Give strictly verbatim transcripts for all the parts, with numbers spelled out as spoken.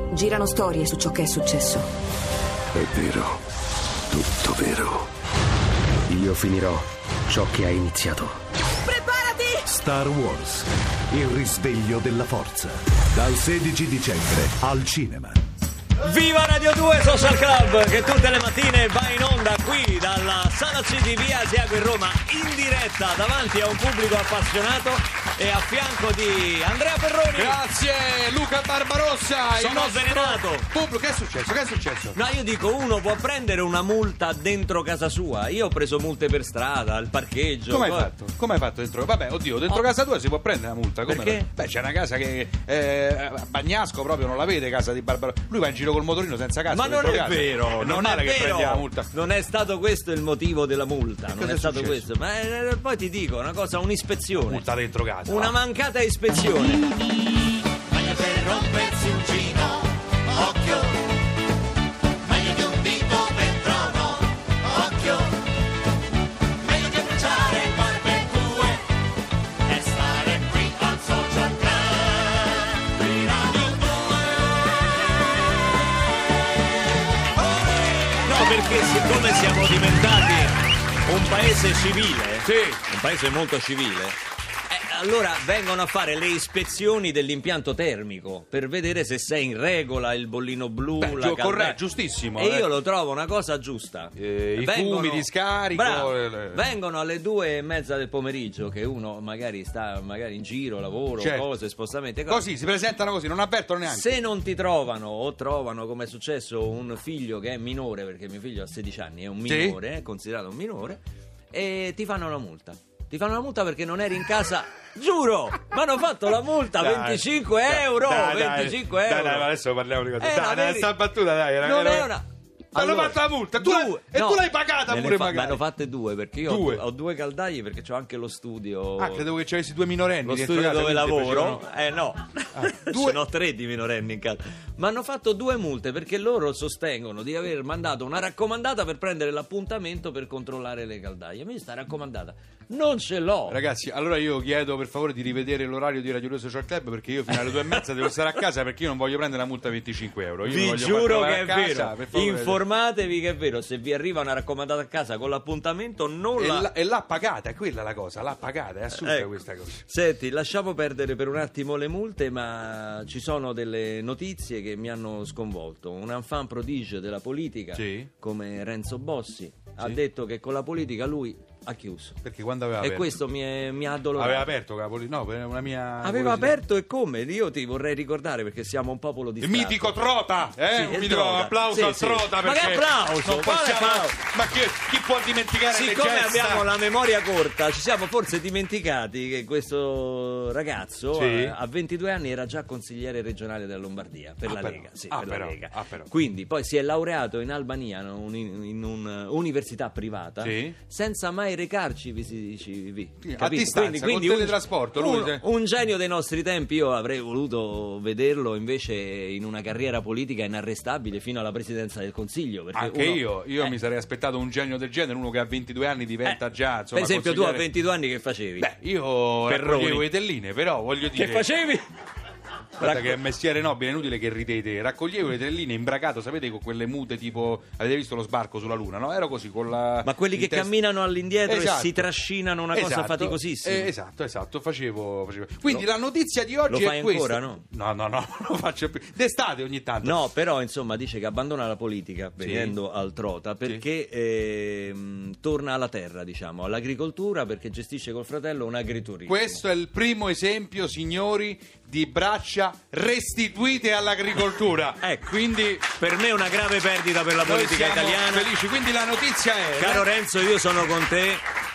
Girano storie su ciò che è successo. È vero, tutto vero. Io finirò ciò che ha iniziato. Preparati! Star Wars, il risveglio della forza. Dal sedici dicembre al cinema. Viva Radio due Social Club, che tutte le mattine va in onda qui dalla Sala C di Via Asiago in Roma, in diretta davanti a un pubblico appassionato e a fianco di Andrea Perroni. Grazie Luca Barbarossa. Sono avvelenato. Pubblico, che è successo? Che è successo? No, io dico, uno può prendere una multa dentro casa sua. Io ho preso multe per strada, al parcheggio. Come hai poi... fatto? Come hai fatto dentro? Vabbè, oddio, dentro Oh. casa tua si può prendere una multa. Come Perché? la- Beh, c'è una casa che eh, Bagnasco proprio non la vede, casa di Barbarossa. Lui va in giro col motorino senza casa. Ma non dentro è casa. vero, È non normale è che prendi la vero. multa. Non è stato questo il motivo della multa, non cosa è è stato successo? questo. Ma eh, poi ti dico una cosa, un'ispezione. Multa dentro casa. Una va. mancata ispezione. Meglio per rompersi un gino, occhio. Meglio di un dito per trono, occhio. Meglio che bruciare il barbecue e stare qui al Social Club di Radio due. No, perché siccome siamo diventati un paese civile, Sì. un paese molto civile, eh, allora vengono a fare le ispezioni dell'impianto termico per vedere se sei in regola, il bollino blu, Beh, la giu- caldaia. corretto, giustissimo, E eh. io lo trovo una cosa giusta. Eh, i fumi di scarico, Bravo. le- le- Vengono alle due e mezza del pomeriggio, che uno magari sta magari in giro, lavoro, Certo. cose, spostamenti, cose. Così si presentano così, non avvertono neanche. Se non ti trovano o trovano, come è successo, un figlio che è minore, perché mio figlio ha sedici anni, è un Sì. minore, è considerato un minore, e ti fanno una multa. Ti fanno una multa perché non eri in casa. Giuro! Mi hanno fatto la multa, Dai, venticinque dai, euro! dai, dai. venticinque Dai, euro! dai, ma adesso parliamo di cose. Eh, Dai, no, dai, vedi? sta battuta, dai. Era, Non era- è una... Hanno fatto la multa, tu l'hai- due- e tu l'hai pagata me ne pure fa- magari. Me ne hanno fatte due, perché io ho Due. due- ho due caldai, perché c'ho anche lo studio. Ah, credevo che ci avessi due minorenni Lo dentro studio casa, dove quindi lavoro, facevano- eh no, due- ce n'ho tre di minorenni in casa. Ma hanno fatto due multe perché loro sostengono di aver mandato una raccomandata per prendere l'appuntamento per controllare le caldaie. Ma io sta raccomandata non ce l'ho. Ragazzi, allora io chiedo per favore di rivedere l'orario di Radio due Social Club, perché io fino alle due e mezza devo stare a casa, perché io non voglio prendere la multa venticinque euro. Io mi Vi voglio far giuro trovare che è a casa, vero. per favore. Informatevi che è vero. Se vi arriva una raccomandata a casa con l'appuntamento, non E la. l'ha, e l'ha pagata, è quella la cosa, l'ha pagata, è assurda Ecco. questa cosa. Senti, lasciamo perdere per un attimo le multe, ma ci sono delle notizie che mi hanno sconvolto. Un enfant prodige della politica, Sì. come Renzo Bossi, ha Sì. detto che con la politica lui ha chiuso. Perché quando aveva E aperto? questo mi, è- mi ha addolorato. Aveva aperto Capoli? No, per una mia Aveva curiosità. aperto e come? Io ti vorrei ricordare, perché siamo un popolo di Il mitico Trota, eh? Sì, un il mitico Trota. applauso Sì, al sì. Trota, Ma che perché applauso? non Quale possiamo. applauso? Ma chi, chi può dimenticare Siccome le gesta? abbiamo la memoria corta, ci siamo forse dimenticati che questo ragazzo Sì. eh, a ventidue anni era già consigliere regionale della Lombardia per Ah, la però. Lega. Sì, Ah, per però. la Lega. Ah, però. Quindi poi si è laureato in Albania in, un- in un'università privata, Sì. senza mai recarci visivi. Sì, a distanza, col teletrasporto, lui un, se- un genio dei nostri tempi. Io avrei voluto vederlo invece in una carriera politica inarrestabile fino alla presidenza del Consiglio. perché Anche uno- io, io eh, mi sarei aspettato un genio del genere, uno che a ventidue anni diventa eh, già, insomma, per esempio tu a consigliere- ventidue anni che facevi? Beh, io Perroni. raccoglievo i telline, però voglio dire... Che facevi? Guarda che è mestiere nobile, è inutile che ridete. Raccoglievo le telline imbracato, sapete, con quelle mute tipo... Avete visto lo sbarco sulla Luna, no? Ero così con la... Ma quelli in che testa- camminano all'indietro Esatto. e si trascinano, una cosa Esatto. faticosissima. Eh, esatto, esatto, facevo, facevo. Quindi Lo- la notizia di oggi lo fai è questa. ancora, no? No, no, no, non lo faccio più. D'estate ogni tanto. No, però insomma dice che abbandona la politica venendo al Trota perché ehm, torna alla terra, diciamo, all'agricoltura, perché gestisce col fratello un agriturismo. Questo è il primo esempio, signori, di braccia restituite all'agricoltura. Ecco. Quindi Per me è una grave perdita per la noi politica siamo italiana. felici. Quindi la notizia è... Caro Renzo, io sono con te.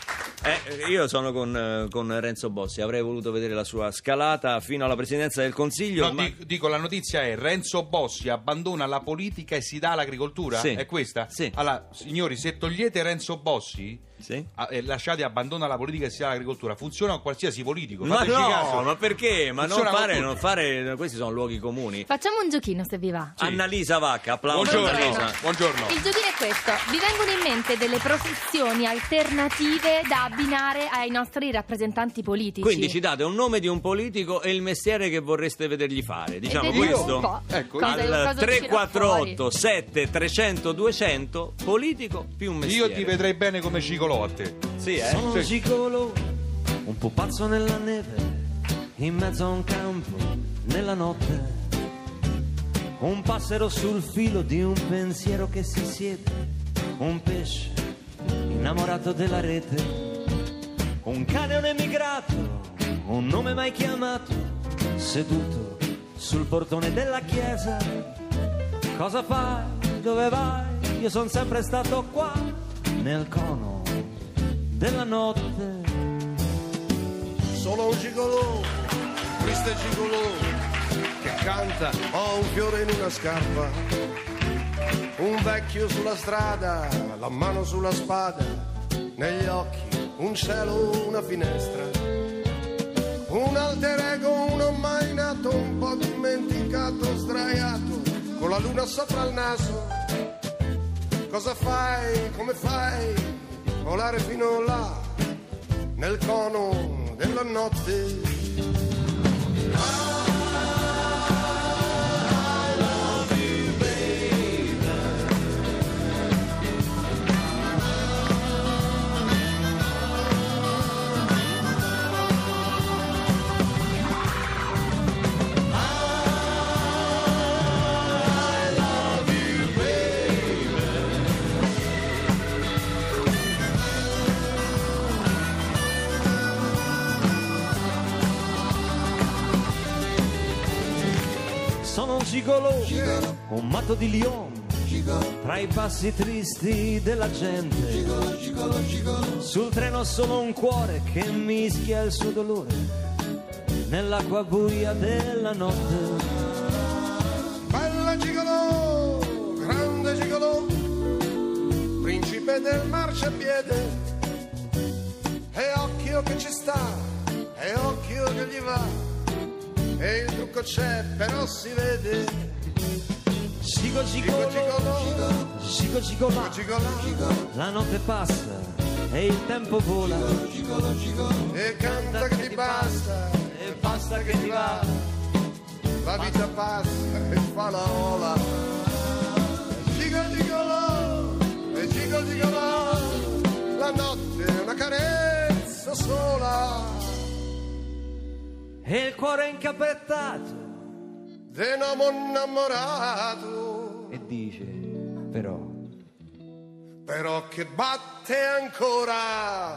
Eh, io sono con, eh, con Renzo Bossi, avrei voluto vedere la sua scalata fino alla presidenza del Consiglio. No, ma... dico, dico, la notizia è: Renzo Bossi abbandona la politica e si dà all'agricoltura? Sì. È questa? Sì. Allora, signori, se togliete Renzo Bossi, Sì? Ah, eh, lasciate, abbandona la politica e sia l'agricoltura. Funziona con qualsiasi politico. Ma Fateci no, caso. ma perché? Ma non Funziona con fare, tutti. non fare, questi sono luoghi comuni. Facciamo un giochino se vi va. Sì. Annalisa Vacca, applauso. Buongiorno. Annalisa. Buongiorno. Il giochino è questo: vi vengono in mente delle professioni alternative da abbinare ai nostri rappresentanti politici? Quindi ci date un nome di un politico e il mestiere che vorreste vedergli fare, diciamo E vediamo questo? un po'. Ecco, cosa, cosa Al uscirà tre quattro otto fuori. sette trecento duecento politico più un mestiere. Io ti vedrei bene come Cigolò a te. Sì, eh? Sono un Sì. gigolo, un pupazzo nella neve, in mezzo a un campo, nella notte. Un passero sul filo di un pensiero che si siede, un pesce innamorato della rete. Un cane, un emigrato, un nome mai chiamato, seduto sul portone della chiesa. Cosa fai? Dove vai? Io son sempre stato qua, nel cono della notte. Sono un gigolò, questo è gigolò che canta, ho un fiore in una scarpa, un vecchio sulla strada, la mano sulla spada, negli occhi un cielo, una finestra, un alter ego, uno mai nato, un po' dimenticato, sdraiato, con la luna sopra il naso. Cosa fai, come fai, volare fino là, nel cono della notte. Sono un gigolò, un matto di Lyon, tra i passi tristi della gente. Sul treno solo un cuore che mischia il suo dolore nell'acqua buia della notte. Bella gigolò, grande gigolò, principe del marciapiede, e occhio che ci sta, e occhio che gli va, e il trucco c'è, però si vede. Gigo gigolò, gigo gigolà, la notte passa e il tempo vola. E canta che ti basta, E basta che ti va. la vita passa e fa la ola. Gigol gigolò, e gigol gigolò, la notte è una carezza sola. E il cuore incappettato De un uomo innamorato, e dice però però che batte ancora.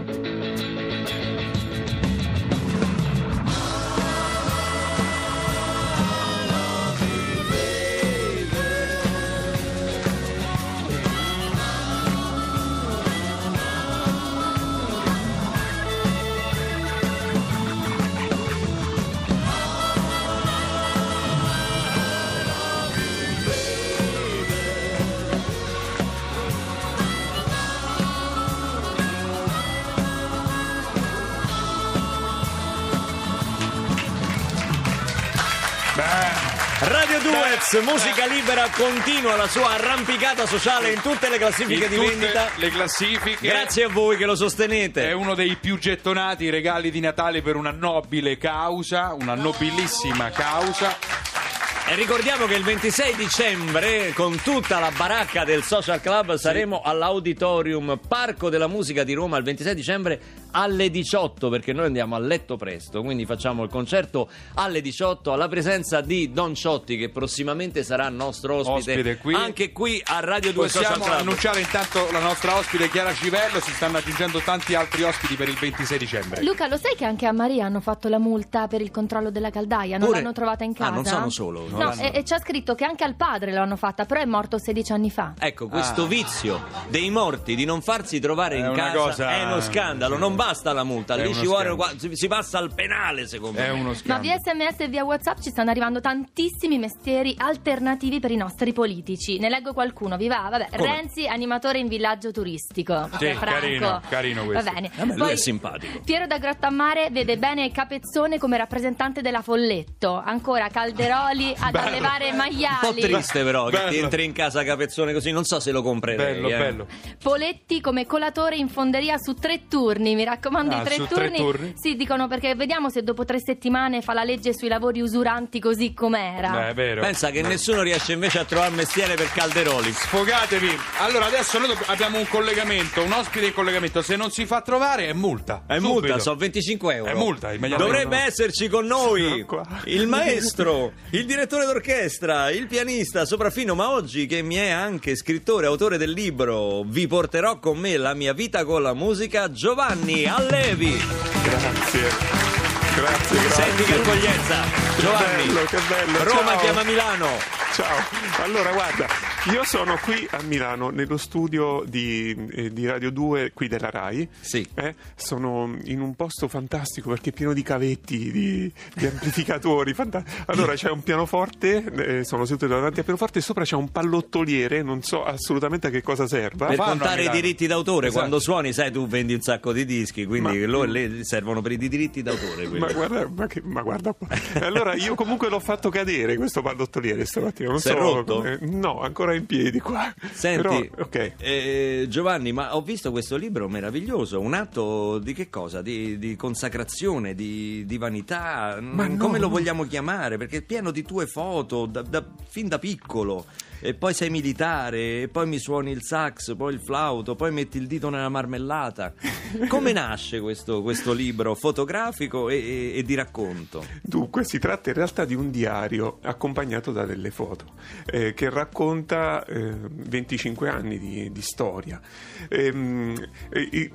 Radio Duets, musica libera, continua la sua arrampicata sociale in tutte le classifiche In di tutte vendita. le classifiche. Grazie a voi che lo sostenete. È uno dei più gettonati regali di Natale per una nobile causa, una nobilissima causa. E ricordiamo che il ventisei dicembre, con tutta la baracca del Social Club, saremo all'Auditorium Parco della Musica di Roma il ventisei dicembre alle diciotto, perché noi andiamo a letto presto, quindi facciamo il concerto alle diciotto alla presenza di Don Ciotti, che prossimamente sarà nostro ospite, Ospite qui. anche qui a Radio due Social Possiamo Club. annunciare intanto la nostra ospite Chiara Civello, si stanno aggiungendo tanti altri ospiti per il ventisei dicembre. Luca, lo sai che anche a Maria hanno fatto la multa per il controllo della caldaia? Non Pure? l'hanno trovata in Ah, casa? non sono solo, non No, l'hanno- e, e c'è scritto che anche al padre l'hanno fatta, però è morto sedici anni fa. Ecco, questo Ah. vizio dei morti di non farsi trovare È in una casa cosa- è uno scandalo. Non basta la multa, È lì uno ci vuole, scandalo. si, si passa al penale secondo È me. uno Ma scandalo. via sms e via WhatsApp ci stanno arrivando tantissimi mestieri alternativi per i nostri politici. Ne leggo qualcuno, vi va? Vabbè, Come? Renzi, animatore in villaggio turistico. Sì, Franco. carino, carino questo. Va bene. Vabbè, lui Poi è simpatico. Piero da Grottammare vede bene Capezzone come rappresentante della Folletto. Ancora Calderoli ad Bello. allevare Un po' maiali. triste però che Bello. ti entri in casa Capezzone così, non so se lo comprerei. Bello, eh. bello. Poletti come colatore in fonderia su tre turni. Mi raccomando, Ah, i tre su tre turni. turni? Sì, dicono perché vediamo se dopo tre settimane fa la legge sui lavori usuranti così com'era. Eh, è vero. Pensa che nessuno riesce invece a trovare mestiere per Calderoli. Sfogatevi. Allora adesso noi dobb- abbiamo un collegamento, un ospite in collegamento. Se non si fa trovare è multa. È Subito. multa, sono venticinque euro. È multa, immediatamente. Dovrebbe esserci con noi il maestro, il direttore d'orchestra, il pianista sopraffino, ma oggi che mi è anche scrittore, autore del libro Vi porterò con me la mia vita con la musica, Giovanni Allevi. Grazie. Grazie, grazie. Senti che accoglienza, Giovanni. bello, che bello. Roma Ciao. chiama Milano. Ciao, allora guarda, io sono qui a Milano nello studio di, eh, di Radio due qui della Rai. Sì. Eh, sono in un posto fantastico perché è pieno di cavetti, di, di amplificatori. fanta- allora c'è un pianoforte, eh, sono seduto davanti al pianoforte e sopra c'è un pallottoliere, non so assolutamente a che cosa serva. Per fanno a contare i Milano. diritti d'autore, Esatto. quando suoni, sai, tu vendi un sacco di dischi, quindi Ma- loro le servono per i diritti d'autore. quelli. Ma guarda, ma, che- ma guarda qua. Allora io comunque l'ho fatto cadere questo pallottoliere stamattina. Non Si è so rotto? come- no, ancora in piedi qua. Senti, Però, ok. eh, Giovanni, ma ho visto questo libro meraviglioso, un atto di che cosa? Di, di consacrazione, di, di vanità, Ma Mm, no, come lo no. vogliamo chiamare? Perché è pieno di tue foto, da- da- fin da piccolo. E poi sei militare, e poi mi suoni il sax, poi il flauto, poi metti il dito nella marmellata. Come nasce questo, questo libro fotografico e, e- e di racconto? Dunque, si tratta in realtà di un diario accompagnato da delle foto eh, che racconta eh, venticinque anni di, di storia. Ehm, e- e-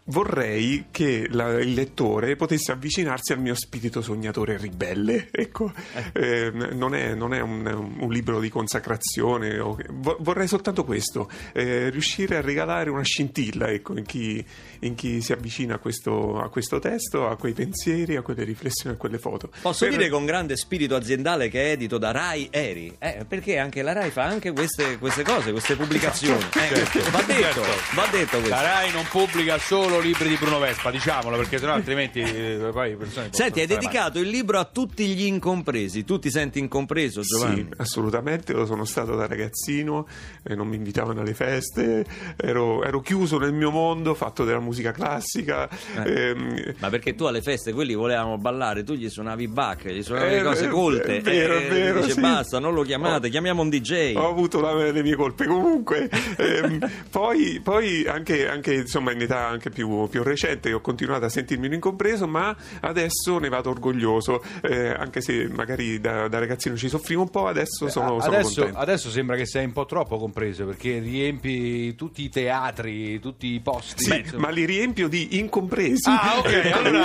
Vorrei che la- il lettore potesse avvicinarsi al mio spirito sognatore e ribelle. Ecco, Eh, non è, non è un, un libro di consacrazione. o- vo- vorrei soltanto questo: eh, riuscire a regalare una scintilla, ecco, in chi, in chi si avvicina a questo, a questo testo, a quei pensieri, a quelle riflessioni, a quelle foto. Posso Per- dire con grande spirito aziendale che è edito da Rai Eri, eh, perché anche la Rai fa anche queste, queste cose, queste pubblicazioni. Eh, Certo, va detto, certo. va detto questo. La Rai non pubblica solo libri di Bruno Vespa, diciamolo, perché sennò altrimenti eh, poi le persone possono Senti, hai stare dedicato il libro a tutti gli incompresi. Tu ti senti incompreso, Giovanni? Sì, assolutamente, lo sono stato da ragazzino, eh, non mi invitavano alle feste, ero, ero chiuso nel mio mondo, fatto della musica classica. Eh. ehm, Ma perché tu alle feste quelli volevano ballare, tu gli suonavi Bach, gli suonavi Eh, cose è colte. vero, e è vero, dice sì. basta, non lo chiamate, Oh. chiamiamo un D J. Ho avuto la- le mie colpe comunque. Ehm, poi poi anche, anche, insomma, in età anche più, più recente ho continuato a sentirmi un incompreso, ma adesso ne vado orgoglioso, eh, anche se magari da, da ragazzino ci soffrivo un po', adesso sono, sono adesso, contento. adesso sembra che sei un po' troppo compreso, perché riempi tutti i teatri, tutti i posti. Sì, insomma. ma li riempio di incompresi. Ah, ok, Ecco. allora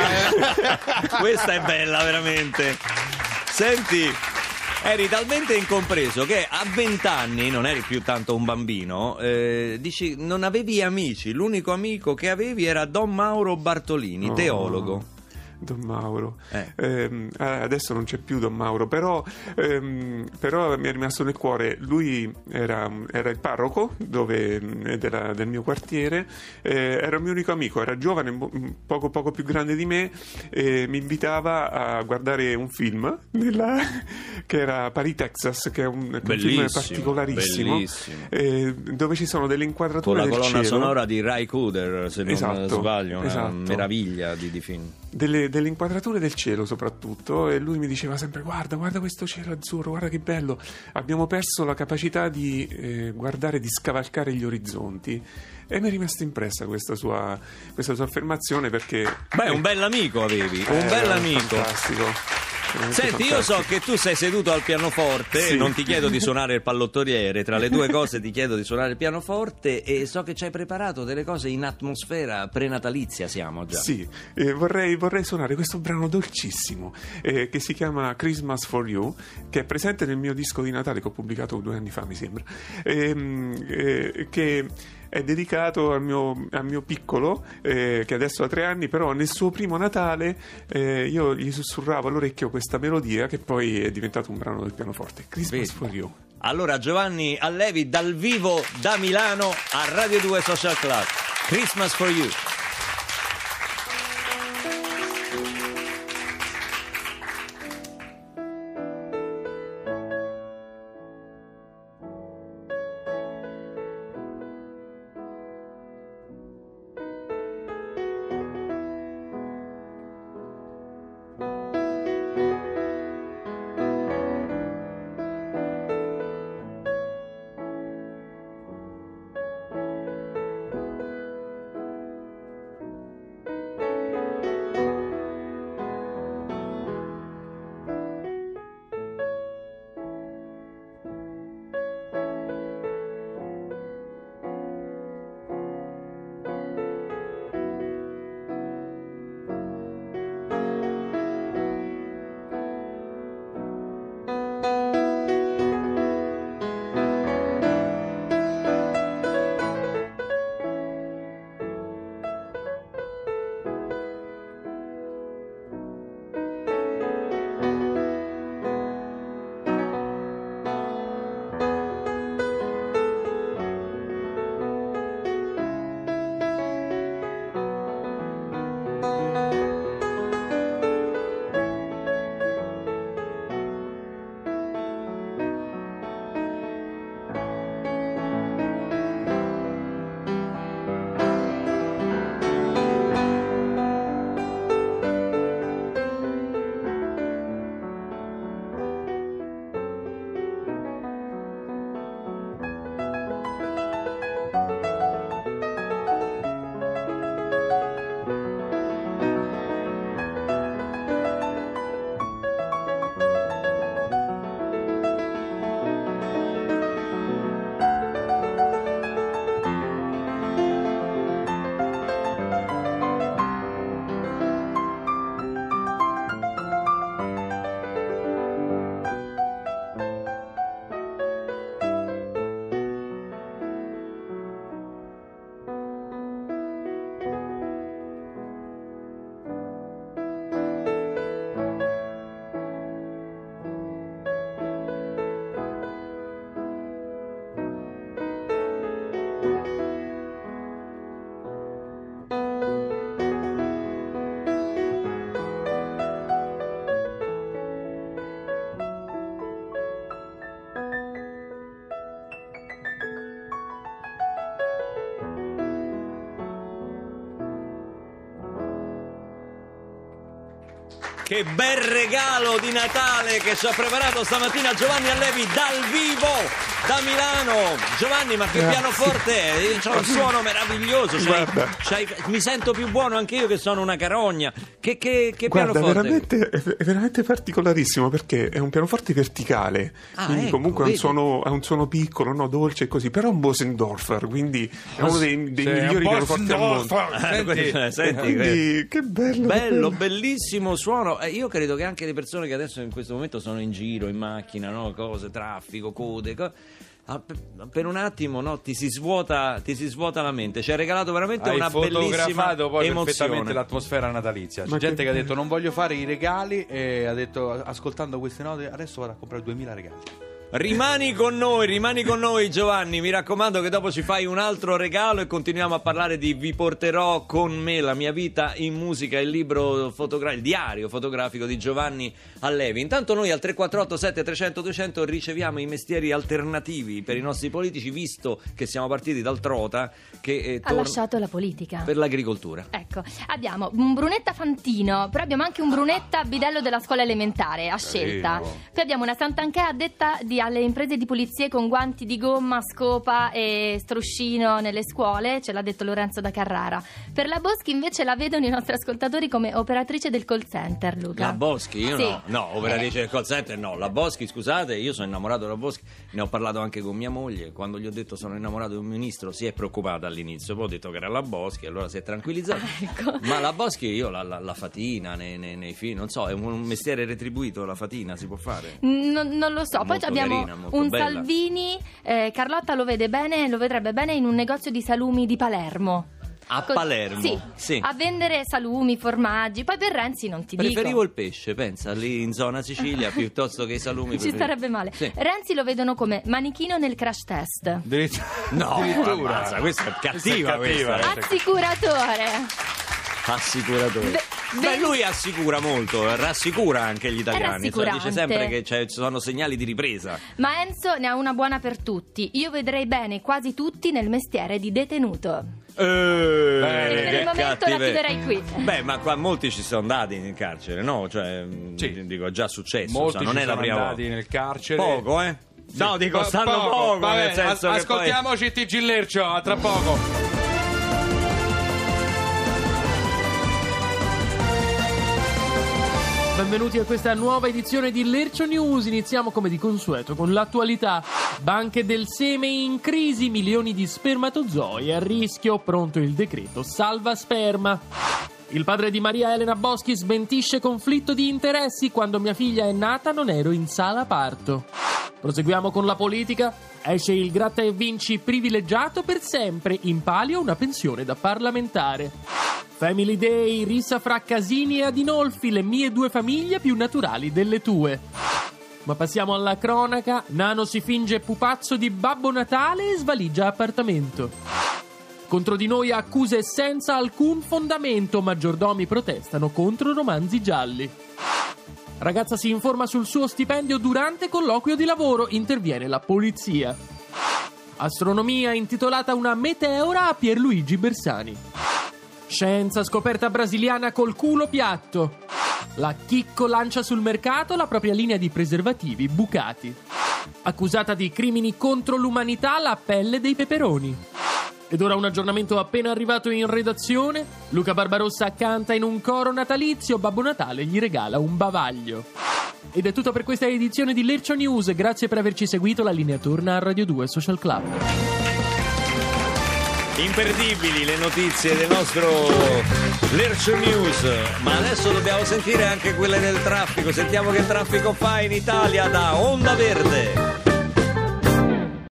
eh. Questa è bella, veramente. Senti, eri talmente incompreso che a vent'anni, non eri più tanto un bambino, eh, dici non avevi amici, l'unico amico che avevi era Don Mauro Bartolini, Oh. teologo. Don Mauro. Eh. Ehm, eh, adesso non c'è più Don Mauro, però, ehm, però mi è rimasto nel cuore. Lui era, era il parroco dove, eh, della- del mio quartiere, eh, era il mio unico amico, era giovane, mo- poco, poco più grande di me, e mi invitava a guardare un film nella- che era Paris, Texas, che è un, che è un film Bellissimo, particolarissimo, bellissimo. eh, dove ci sono delle Con inquadrature la del colonna cielo. sonora di Ray Cooder, se non Esatto, sbaglio, una esatto. meraviglia di, di film. Delle, delle inquadrature del cielo soprattutto, e lui mi diceva sempre guarda, guarda questo cielo azzurro, guarda che bello, abbiamo perso la capacità di eh, guardare, di scavalcare gli orizzonti, e mi è rimasta impressa questa sua, questa sua affermazione, perché Beh, un bell'amico avevi, un eh, bell'amico. fantastico. veramente Senti, io so fantastico. che tu sei seduto al pianoforte, Sì. non ti chiedo di suonare il pallottoliere, tra le due cose ti chiedo di suonare il pianoforte, e so che ci hai preparato delle cose in atmosfera prenatalizia, siamo già. Sì, eh, vorrei, vorrei suonare questo brano dolcissimo eh, che si chiama Christmas for You, che è presente nel mio disco di Natale che ho pubblicato due anni fa, mi sembra, ehm, eh, che è dedicato al mio, al mio piccolo, eh, che adesso ha tre anni, però nel suo primo Natale eh, io gli sussurravo all'orecchio questa melodia che poi è diventato un brano del pianoforte. Christmas Vedi. for You. Allora Giovanni Allevi dal vivo da Milano a Radio due Social Club. Christmas for You. Che bel regalo di Natale che ci ha preparato stamattina Giovanni Allevi dal vivo da Milano. Giovanni, ma che Grazie. pianoforte è? C'ha un suono meraviglioso. C'hai, c'hai, mi sento più buono anche io che sono una carogna. Che, che, che Guarda, pianoforte? veramente, è, è veramente particolarissimo perché è un pianoforte verticale, Ah, quindi ecco, comunque ha un, vedi. suono, ha un suono piccolo, no, dolce e così, però è un Bosendorfer, quindi è uno dei, dei Sì, migliori un pianoforti al mondo. Senti, Eh, senti, Quindi, che bello, bello, bello. bellissimo suono. Eh, io credo che anche le persone che adesso in questo momento sono in giro, in macchina, no? Cose, traffico, code, co- ah, per, per un attimo no, ti, si svuota, ti si svuota la mente. Ci ha regalato veramente hai una bellissima fotografato poi perfettamente emozione. l'atmosfera natalizia. C'è Ma gente che che ha bello. detto non voglio fare i regali e ha detto ascoltando queste note adesso vado a comprare duemila regali. Rimani con noi, rimani con noi Giovanni, mi raccomando che dopo ci fai un altro regalo e continuiamo a parlare di Vi porterò con me la mia vita in musica, il libro fotografico, il diario fotografico di Giovanni Allevi. Intanto noi al tre quattro otto sette tre zero zero due zero zero riceviamo i mestieri alternativi per i nostri politici, visto che siamo partiti dal Trota che eh, Ha torna lasciato la politica. per l'agricoltura. Ecco, abbiamo un Brunetta Fantino, però abbiamo anche un Brunetta bidello della scuola elementare a scelta. Carino. Poi abbiamo una Sant'Anchè addetta di, alle imprese di pulizie con guanti di gomma, scopa e struscino nelle scuole, ce l'ha detto Lorenzo da Carrara. Per la Boschi invece la vedono i nostri ascoltatori come operatrice del call center, Luca. La Boschi? Io Sì. no, no, operatrice del call center no. La Boschi, scusate, io sono innamorato della Boschi, ne ho parlato anche con mia moglie, quando gli ho detto sono innamorato di un ministro si è preoccupata all'inizio, poi ho detto che era la Boschi, allora si è tranquillizzata. Ecco. Ma la Boschi io la, la, la fatina nei, nei, nei film, non so, è un, un mestiere retribuito, la fatina si può fare? Non, non lo so, poi Molto abbiamo abbiamo carina, molto un bella. Salvini, eh, Carlotta lo vede bene, lo vedrebbe bene in un negozio di salumi di Palermo. A Co- Palermo? Sì, Sì. a vendere salumi, formaggi. Poi per Renzi non ti Preferivo dico. il pesce, pensa, lì in zona Sicilia piuttosto che i salumi. Ci preferivo- starebbe male. Sì. Renzi lo vedono come manichino nel crash test. No, Addirittura. ammazza, questa è cattiva, Questa è cattiva, questa. eh. Assicuratore. Assicuratore. Beh, Beh, ben- lui assicura molto, eh, rassicura anche gli italiani. Cioè, rassicurante. dice sempre che c'è- ci sono segnali di ripresa. Ma Enzo ne ha una buona per tutti. Io vedrei bene quasi tutti nel mestiere di detenuto. Eh, E per che il momento la cattive- chiuderei qui. Beh, ma qua molti ci sono andati in carcere, no? Cioè, Sì. mh, dico, è già successo, Molti cioè, non ci è la sono prima andati volta. nel carcere. Poco, eh? No, dico, Po- stanno poco, vabbè, nel senso as- che poi... ascoltiamoci T G Lercio, a tra poco. Benvenuti a questa nuova edizione di Lercio News. Iniziamo come di consueto con l'attualità. Banche del seme in crisi, milioni di spermatozoi a rischio, pronto il decreto salva sperma. Il padre di Maria Elena Boschi smentisce conflitto di interessi. Quando mia figlia è nata non ero in sala parto. Proseguiamo con la politica. Esce il gratta e vinci privilegiato per sempre, in palio una pensione da parlamentare. Family Day, rissa fra Casini e Adinolfi, le mie due famiglie più naturali delle tue. Ma passiamo alla cronaca. Nano si finge pupazzo di Babbo Natale e svaligia appartamento. Contro di noi accuse senza alcun fondamento, maggiordomi protestano contro romanzi gialli. Ragazza si informa sul suo stipendio durante colloquio di lavoro, interviene la polizia. Astronomia intitolata Una meteora a Pierluigi Bersani. Scienza scoperta brasiliana col culo piatto. La Chicco lancia sul mercato la propria linea di preservativi bucati. Accusata di crimini contro l'umanità la pelle dei peperoni. Ed ora un aggiornamento appena arrivato in redazione. Luca Barbarossa canta in un coro natalizio, Babbo Natale gli regala un bavaglio. Ed è tutto per questa edizione di Lercio News. Grazie per averci seguito. La linea torna a Radio due Social Club. Imperdibili le notizie del nostro Lercio News, ma adesso dobbiamo sentire anche quelle del traffico. Sentiamo che traffico fa in Italia da Onda Verde.